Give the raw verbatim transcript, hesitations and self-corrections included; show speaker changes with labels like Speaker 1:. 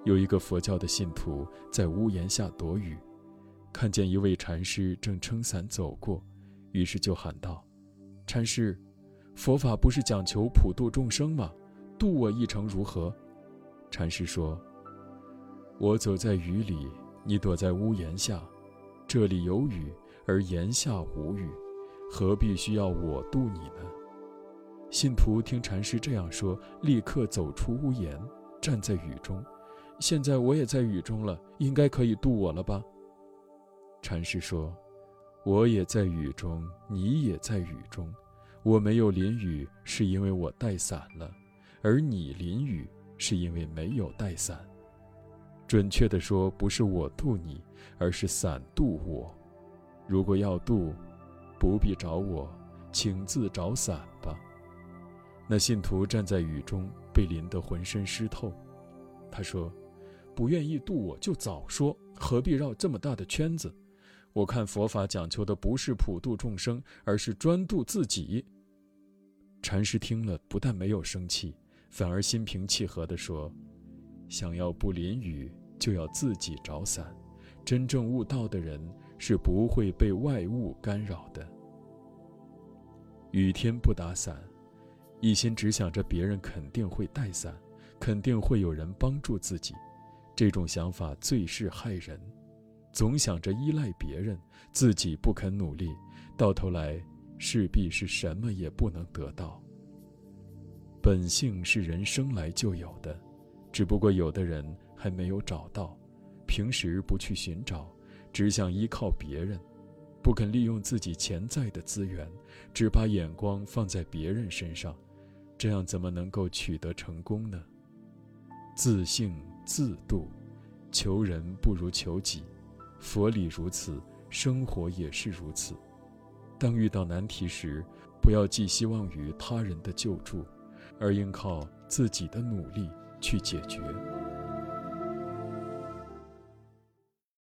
Speaker 1: 有一个佛教的信徒在屋檐下躲雨，看见一位禅师正撑伞走过，于是就喊道：禅师，佛法不是讲求普度众生吗？度我一程如何？禅师说：我走在雨里，你躲在屋檐下，这里有雨，而檐下无雨，何必需要我度你呢？信徒听禅师这样说，立刻走出屋檐，站在雨中。现在我也在雨中了，应该可以度我了吧？禅师说：我也在雨中，你也在雨中，我没有淋雨是因为我带伞了，而你淋雨是因为没有带伞。准确地说，不是我渡你，而是伞渡我。如果要渡，不必找我，请自找伞吧。那信徒站在雨中，被淋得浑身湿透。他说：不愿意渡我就早说，何必绕这么大的圈子？我看佛法讲求的不是普度众生，而是专度自己。禅师听了，不但没有生气，反而心平气和地说：想要不淋雨，就要自己找伞。真正悟道的人是不会被外物干扰的。雨天不打伞，一心只想着别人肯定会带伞，肯定会有人帮助自己，这种想法最是害人。总想着依赖别人，自己不肯努力，到头来势必是什么也不能得到。本性是人生来就有的，只不过有的人还没有找到，平时不去寻找，只想依靠别人，不肯利用自己潜在的资源，只把眼光放在别人身上，这样怎么能够取得成功呢？自性自度，求人不如求己，佛理如此，生活也是如此。当遇到难题时，不要寄希望于他人的救助，而应靠自己的努力去解决。